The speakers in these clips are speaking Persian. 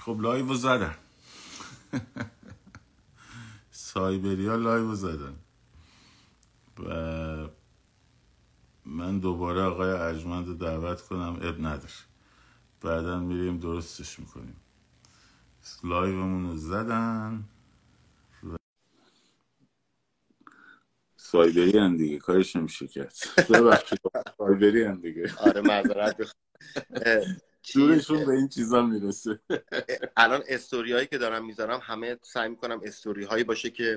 خب لایو زدن. سایبریا لایو زدن و من دوباره آقای ارجمند رو دعوت کنم، اب نداره، بعدا میریم درستش میکنیم. لایومون رو زدن. سایبری هم دیگه کارش نمیشه کرد. ببخشید سایبری هم دیگه. آره معذرت دورشون به این چیزا میرسه. الان استوری هایی که دارم میذارم همه سعی میکنم استوری هایی باشه که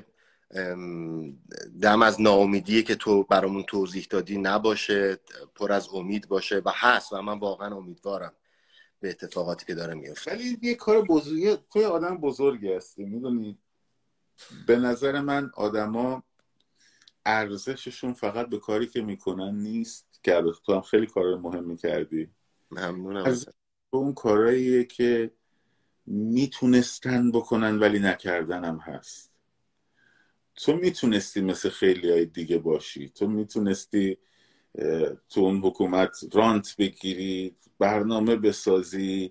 دم از ناامیدی که تو برامون توضیح دادی نباشه، پر از امید باشه و هست و من واقعا امیدوارم به اتفاقاتی که داره میفته. ولی یه کار بزرگی، تو یه آدم بزرگی هستی، میدونی به نظر من آدما ارزششون فقط به کاری که میکنن نیست، که تو هم خیلی کار مهمی کردی. ممنونم. از اون کارهاییه که میتونستن بکنن ولی نکردن هم هست. تو میتونستی مثل خیلی های دیگه باشی، تو میتونستی تو اون حکومت رانت بگیری، برنامه بسازی،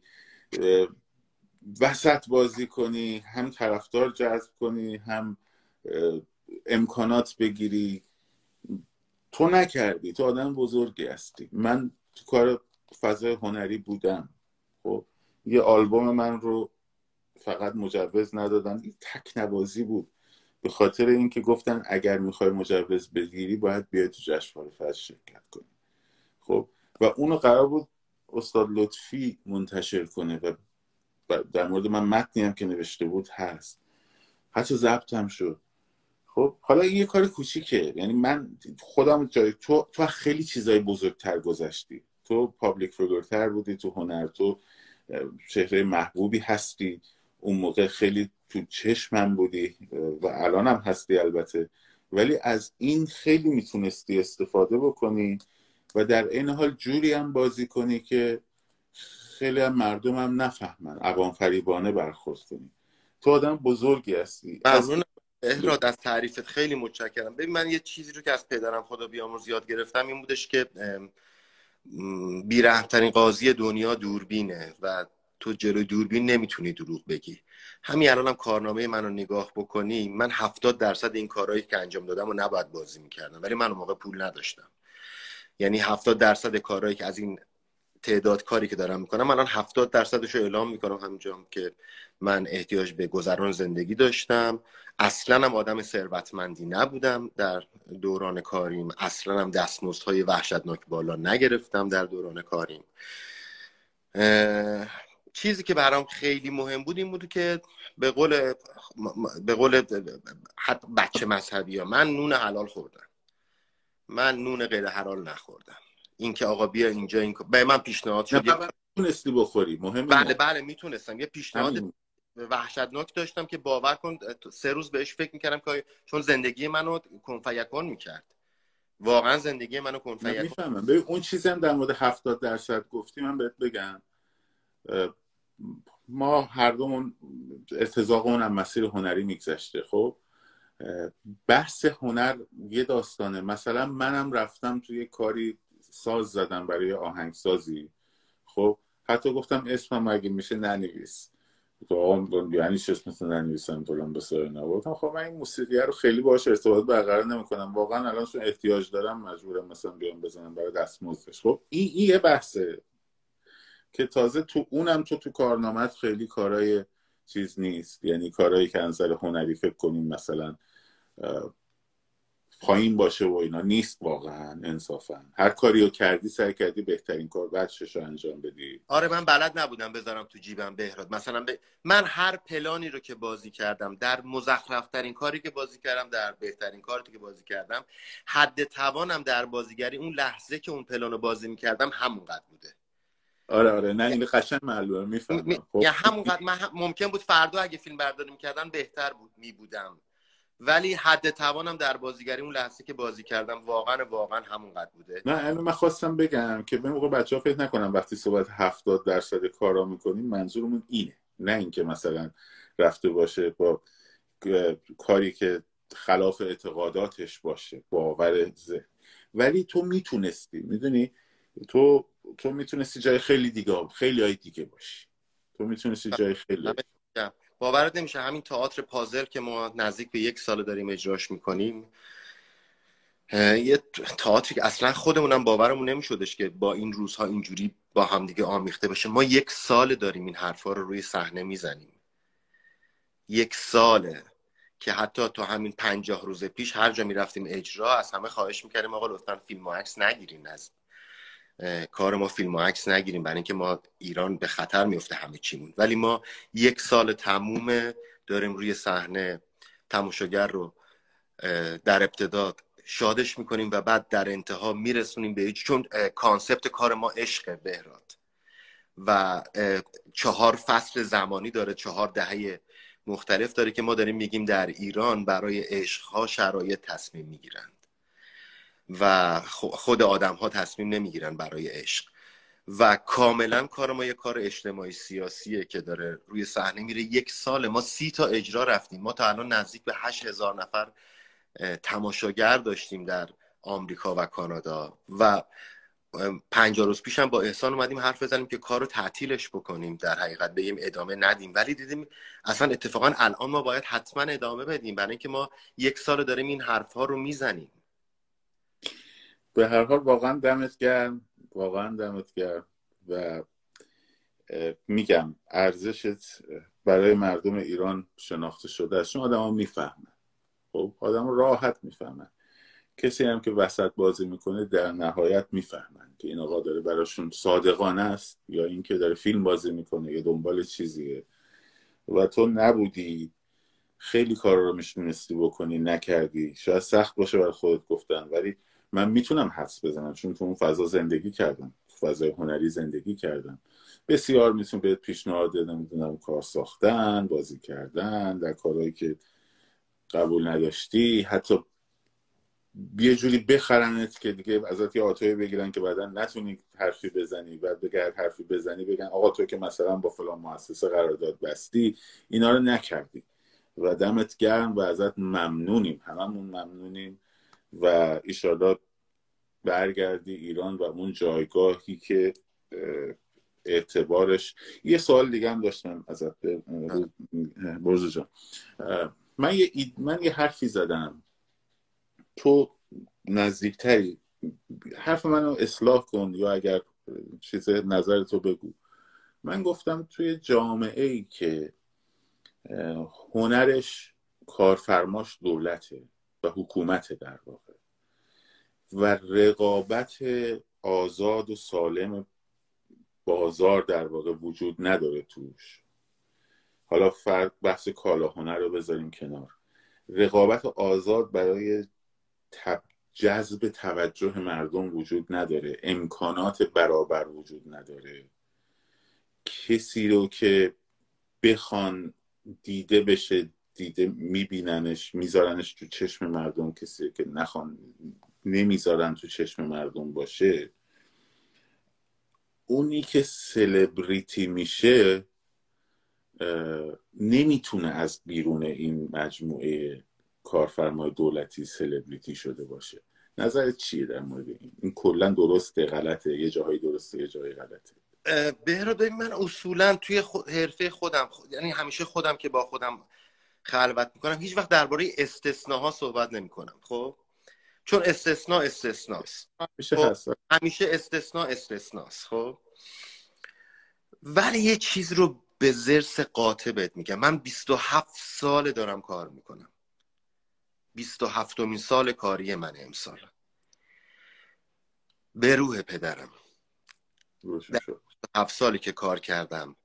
وسط بازی کنی، هم طرفدار جذب کنی، هم امکانات بگیری. تو نکردی. تو آدم بزرگی هستی. من تو کار فضای هنری بودم، خب یه آلبوم من رو فقط مجوز ندادن، این تک نوازی بود، به خاطر اینکه گفتن اگر میخوای مجوز بگیری باید بیای تو جشنواره فجر شرکت کنی. خب و اونو قرار بود استاد لطفی منتشر کنه و در مورد من متنی هم که نوشته بود هست، حتی ضبط هم شد. خب حالا این یه کار کوچیکه، یعنی من خودم جای تو خیلی چیزای بزرگتر گذشتی، تو پابلیک فیگورتر بودی تو هنر، تو چهره محبوبی هستی، اون موقع خیلی تو چشمم بودی و الان هم هستی البته، ولی از این خیلی میتونستی استفاده بکنی و در این حال جوری هم بازی کنی که خیلی هم مردم هم نفهمن، عوام فریبانه برخورد کنی. تو آدم بزرگی هستی. ممنونم احراد از تعریفت، خیلی متشکرم. ببین من یه چیزی رو که از پدرم خدا بیامرز یاد گرفتم این بودش که بی‌رحم‌ترین قاضی دنیا دوربینه و تو جلوی دوربین نمیتونی دروغ بگی. همین الانم کارنامه منو نگاه بکنی، من 70% این کارهایی که انجام دادم و نباید بازی میکردم، ولی من اون موقع پول نداشتم. یعنی 70% کارهایی که از این تعداد کاری که دارم میکنم الان 70%شو اعلام میکنم همینجا که من احتیاج به گذران زندگی داشتم. اصلا هم آدم ثروتمندی نبودم در دوران کاریم، اصلا هم دستمزدهای وحشتناک بالا نگرفتم در دوران کاریم. چیزی که برام خیلی مهم بود این بود که به قول حتی بچه مذهبی ها من نون حلال خوردم، من نون غیر حلال نخوردم. این که آقا بیا اینجا این به من پیشنهاد شد، میتونستی بخوری، مهم بله بله میتونستم. یه پیشنهاد همین. وحشتناک داشتم که باور کن 3 روز بهش فکر میکردم که چون زندگی منو کن فیکون میکرد، واقعا زندگی منو کن فیکون. میفهمم. ببین اون چیزی هم در مورد 70% گفتی، من بهت بگم ما هر دومون ارتزاقمون هم مسیر هنری میگذشته. خب بحث هنر یه داستانه. مثلا منم رفتم توی کاری ساز زدم برای آهنگسازی، خب حتی گفتم اسمم اگه میشه ننویس، تو آقا یعنی چه اسمت ننویسم فلان بسار نبودم. خب من این موسیقی رو خیلی باهاش ارتباط برقرار نمیکنم، واقعا الان چون احتیاج دارم مجبورم مثلا بیام بزنم برای دستمزدش. خب این یه بحثه که تازه تو اونم تو کارنامت خیلی کارای چیز نیست، یعنی کارهایی که از نظر هنری فکر کنیم مثلا پایین باشه و اینا نیست. واقعا انصافا هر کاری رو کردی سعی کردی بهترین کار بعدش رو انجام بدی. آره من بلد نبودم بذارم تو جیبم بهراد. مثلا من هر پلانی رو که بازی کردم، در مزخرفترین کاری که بازی کردم، در بهترین کاری که بازی کردم، حد توانم در بازیگری اون لحظه که اون پلانو بازی میکردم همونقدر بوده. آره نه این قشنگ معلومه، میفهمم. خب یا همونقدر من ممکن بود فردا اگه فیلم برداری میکردن بهتر بود میبودم، ولی حد توانم در بازیگری اون لحظه که بازی کردم واقعا همونقدر بوده. نه من خواستم بگم که به موقع بچه‌ها فکر نکنم وقتی صحبت 70% کارا میکنیم منظورمون اینه، نه اینکه مثلا رفته باشه با کاری که خلاف اعتقاداتش باشه، باور ذهن. ولی تو میتونستی، میدونی تو میتونستی جای خیلی های دیگه باشی. تو میتونستی جای خیلی. باورت نمیشه همین تئاتر پازل که ما نزدیک به 1 سال داریم اجراش میکنیم، یه تئاتری که اصلا خودمونم باورمون نمیشدش که با این روزها اینجوری با همدیگه آمیخته بشه. ما 1 سال داریم این حرفا رو روی صحنه میزنیم. 1 ساله که حتی تو همین 50 روز پیش هر جا میرفتیم اجرا از همه خواهش میکردیم آقا لطفا فیلم و عکس نگیرین، از کار ما فیلم و عکس نگیریم برای اینکه ما ایران به خطر میفته همه چیمون. ولی ما 1 سال تموم داریم روی صحنه تماشاگر رو در ابتدا شادش میکنیم و بعد در انتها میرسونیم به چون کانسپت کار ما عشق بهراد و 4 فصل زمانی داره، 4 دهه مختلف داره که ما داریم میگیم در ایران برای عشقها شرایط تصمیم میگیرند و خود آدم ها تصمیم نمیگیرن برای عشق. و کاملا کار ما یه کار اجتماعی سیاسیه که داره روی صحنه میره. 1 سال ما 30 تا اجرا رفتیم. ما تا الان نزدیک به 8000 نفر تماشاگر داشتیم در آمریکا و کانادا و 50 روز پیش هم با احسان اومدیم حرف بزنیم که کارو تعطیلش بکنیم، در حقیقت بگیم ادامه ندیم، ولی دیدیم اصلا اتفاقا الان ما باید حتما ادامه بدیم برای اینکه ما 1 سال داریم این حرفها رو میزنیم. به هر حال واقعا دمت گرم، واقعا دمت گرم و میگم ارزشت برای مردم ایران شناخته شده است، چون آدم ها میفهمن. خب آدم ها راحت میفهمن. کسی هم که وسط بازی میکنه در نهایت میفهمن که این آقا داره براشون صادقانه است یا اینکه داره فیلم بازی میکنه یا دنبال چیزیه. و تو نبودی، خیلی کار رو میتونستی بکنی نکردی. شاید سخت باشه برای خودت گفتن، ولی من میتونم حدس بزنم چون تو اون فضا زندگی کردم، تو فضای هنری زندگی کردم. بسیار میتونم بهت پیشنهاد بدم، میدونم کار ساختن، بازی کردن در کارهایی که قبول نداشتی، حتی یه جوری بخرنت که دیگه ازت یه آتوی بگیرن که بعدا نتونی حرفی بزنی، بعد بگرد حرفی بزنی بگن آقا تو که مثلا با فلان مؤسسه قرارداد بستی. اینا رو نکردی و دمت گرم و ازت ممنونیم، هممون ممنونیم و ایشالا برگردی ایران و اون جایگاهی که اعتبارش. یه سوال دیگه هم داشتم ازت برزو جان. من یه حرفی زدم، تو نزدیکتری، حرف منو اصلاح کن یا اگر چیز نظرتو بگو. من گفتم توی جامعه ای که هنرش کارفرماش دولته و حکومت در واقع و رقابت آزاد و سالم بازار در واقع وجود نداره توش، حالا فرق بحث کالا هنر رو بذاریم کنار، رقابت آزاد برای جذب توجه مردم وجود نداره، امکانات برابر وجود نداره، کسی رو که بخوان دیده بشه دیده میبیننش میذارنش تو چشم مردم، کسی که نخوان نمیذارن تو چشم مردم باشه. اونی که سلبریتی میشه نمیتونه از بیرون این مجموعه کارفرمای دولتی سلبریتی شده باشه. نظرت چیه در مورد این کلا درسته غلطه؟ یه جاهایی درسته یه جایی غلطه؟ بهراد من اصولا توی حرفه خودم یعنی همیشه خودم که با خودم خلوت میکنم هیچ وقت درباره استثناها صحبت نمیکنم. خب چون استثناست خب؟ همیشه استثناست. خب ولی یه چیز رو به ضرس قاطع بهت میگم، من 27 سال دارم کار میکنم، 27مین سال کاری من امسال، به روح پدرم 7 سالی که کار کردم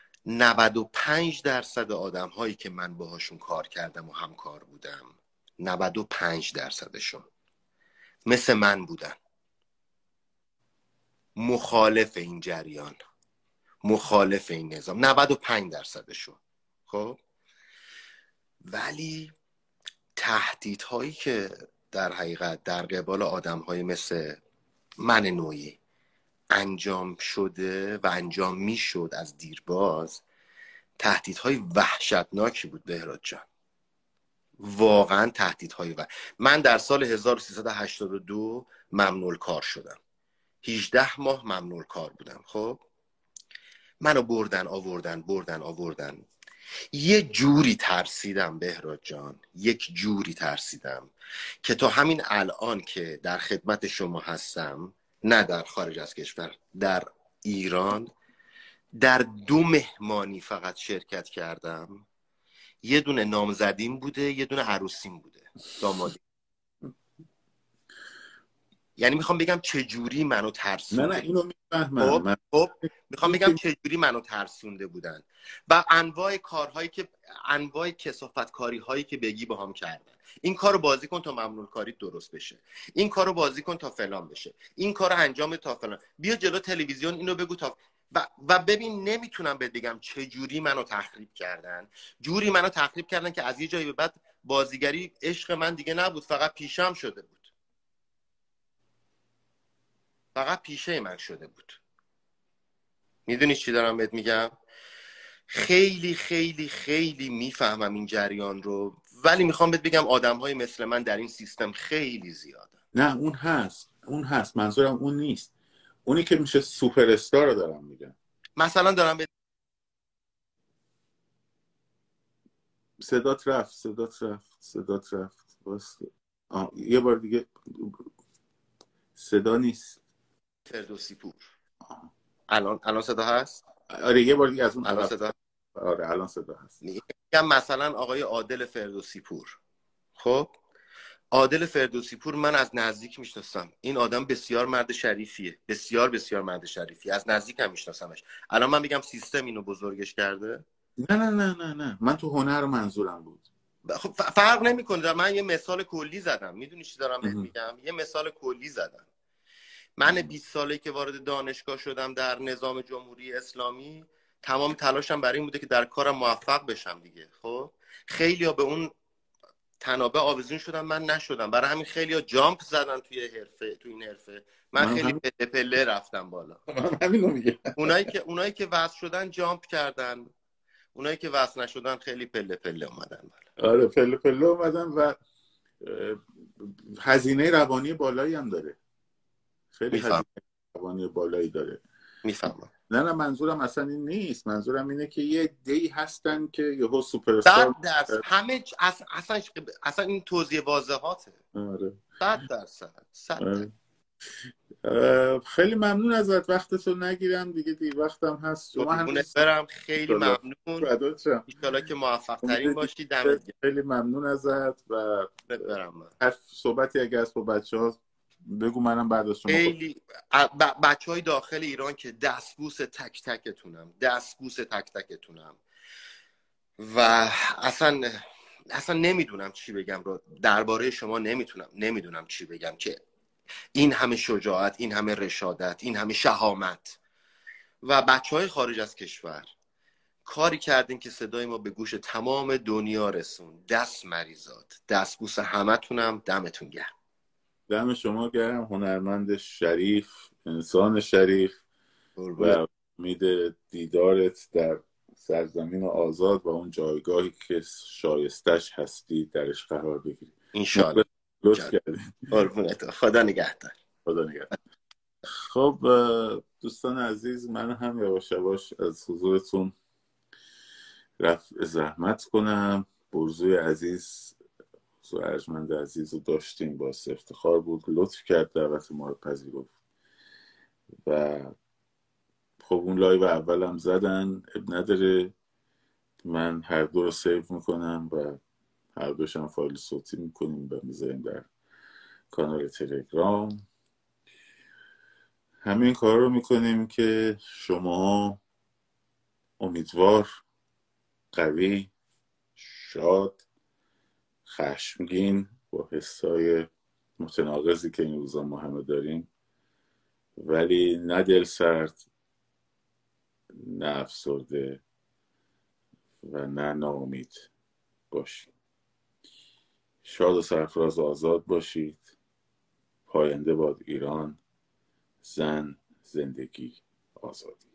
95% آدم هایی که من باهاشون کار کردم و همکار بودم 95%شون مثل من بودن، مخالف این جریان، مخالف این نظام، 95%شون. خب ولی تهدیدهایی که در حقیقت در قبال آدم‌های مثل من نوعی انجام شده و انجام میشد از دیرباز، تهدیدهای وحشتناکی بود بهراد جان، واقعا تهدیدهای من در سال 1382 ممنوع کار شدم، 18 ماه ممنوع کار بودم. خب منو بردن. یه جوری ترسیدم بهراد جان، یک جوری ترسیدم که تا همین الان که در خدمت شما هستم، نه در خارج از کشور، در ایران، در 2 مهمانی فقط شرکت کردم. یه دونه نامزدیم بوده، یه دونه عروسیم بوده، دامادی. یعنی میخوام بگم چه جوری منو ترسونده. نه اینو میفهمم. خب میخوام بگم چه جوری منو ترسونده بودن و انواع کارهایی که، انواع کثافت کاری هایی که بگی با هم کردن. این کارو بازی کن تا ممنون کاری درست بشه، این کارو بازی کن تا فلان بشه، این کارو انجام تا فلان، بیا جلو تلویزیون اینو بگو تا و ببین نمیتونم بهت بگم چه جوری منو تخریب کردن. جوری منو تخریب کردن که از یه جایی به بعد بازیگری عشق من دیگه نبود، فقط پیشم شده بود، فقط پیشه من شده بود. میدونی چی دارم بهت میگم؟ خیلی خیلی خیلی میفهمم این جریان رو، ولی میخوام بهت بگم آدم‌های مثل من در این سیستم خیلی زیاده. نه اون هست، منظورم اون نیست. اونی که میشه سوپر استار رو دارم میگم. مثلا دارم بهت صدات رفت بس. یه بار دیگه صدا نیست. فردوسی پور. الان صدا هست؟ آره یه بار دیگه از اون الان صدا. آره الان صدا هست. میگم مثلا آقای عادل فردوسی پور. خب عادل فردوسی پور من از نزدیک میشناسم. این آدم بسیار مرد شریفیه، بسیار بسیار مرد شریفی، از نزدیک هم میشناسمش. الان من میگم سیستم اینو بزرگش کرده. نه من تو هنر منظورم بود. خب فرق نمیکنه. من یه مثال کلی زدم. میدونی چی دارم بهت میگم؟ یه مثال کلی زدم. من 20 ساله که وارد دانشگاه شدم در نظام جمهوری اسلامی، تمام تلاشم برای این بوده که در کارم موفق بشم دیگه. خب خیلیا به اون تنابه آویزون شدن، من نشدم. برای همین خیلیا جامپ زدن توی این حرفه. من خیلی پله پله رفتم بالا. من همینو میگم. اونایی که وصل شدن جامپ کردن، اونایی که وصل نشدن خیلی پله پله اومدن بالا. آره پله پله اومدن و هزینه روانی بالایی هم داره. خیلی هزینه روانی بالایی داره. میفهمم. نه منظورم اصلا این نیست. منظورم اینه که یه دی هستن که یهو سوپر استار همه اصلا این توضیح واضحاته. آره 100%. خیلی ممنون ازت. وقتتو نگیرم دیگه وقتم هست. شما هنوز برم. خیلی ممنون. ان شاءالله که موفق ترین باشی. دمت گرم. خیلی ممنون ازت و هر صحبتی اگه از با بچه‌ها بگو، منم بعد از شما خیلی بچهای داخل ایران که دستبوس تک تکتونم و اصلا نمیدونم چی بگم رو درباره شما. نمیدونم چی بگم که این همه شجاعت، این همه رشادت، این همه شهامت و بچهای خارج از کشور کاری کردین که صدای ما به گوش تمام دنیا رسون. دست مریزاد، دستبوس همتونم. دمتون گرم. دم شما گرم. هنرمند شریف، انسان شریف و امید دیدارت در سرزمین آزاد و اون جایگاهی که شایستش هستی درش قرار بگیری انشاءالله. لطف کردین. خدا نگهدار. خب دوستان عزیز، من هم یواش یواش از حضورتون رفع زحمت کنم. برزوی عزیز، ارجمند عزیز رو داشتیم، باعث افتخار بود، لطف کرد دعوت ما رو پذیرفت و خب اون لایو اولم زدن، اب نداره، من هر دو رو سیو میکنم و هر دوشم فایل صوتی میکنیم و میذاریم در کانال تلگرام. همین کار رو میکنیم که شما امیدوار، قوی، شاد، خشمگین، با حسای متناقضی که این روزا ما همه داریم، ولی نه دل سرد، نه افسرده و نه ناامید باشید. شاد و سرفراز و آزاد باشید. پاینده باد ایران. زن، زندگی، آزادی.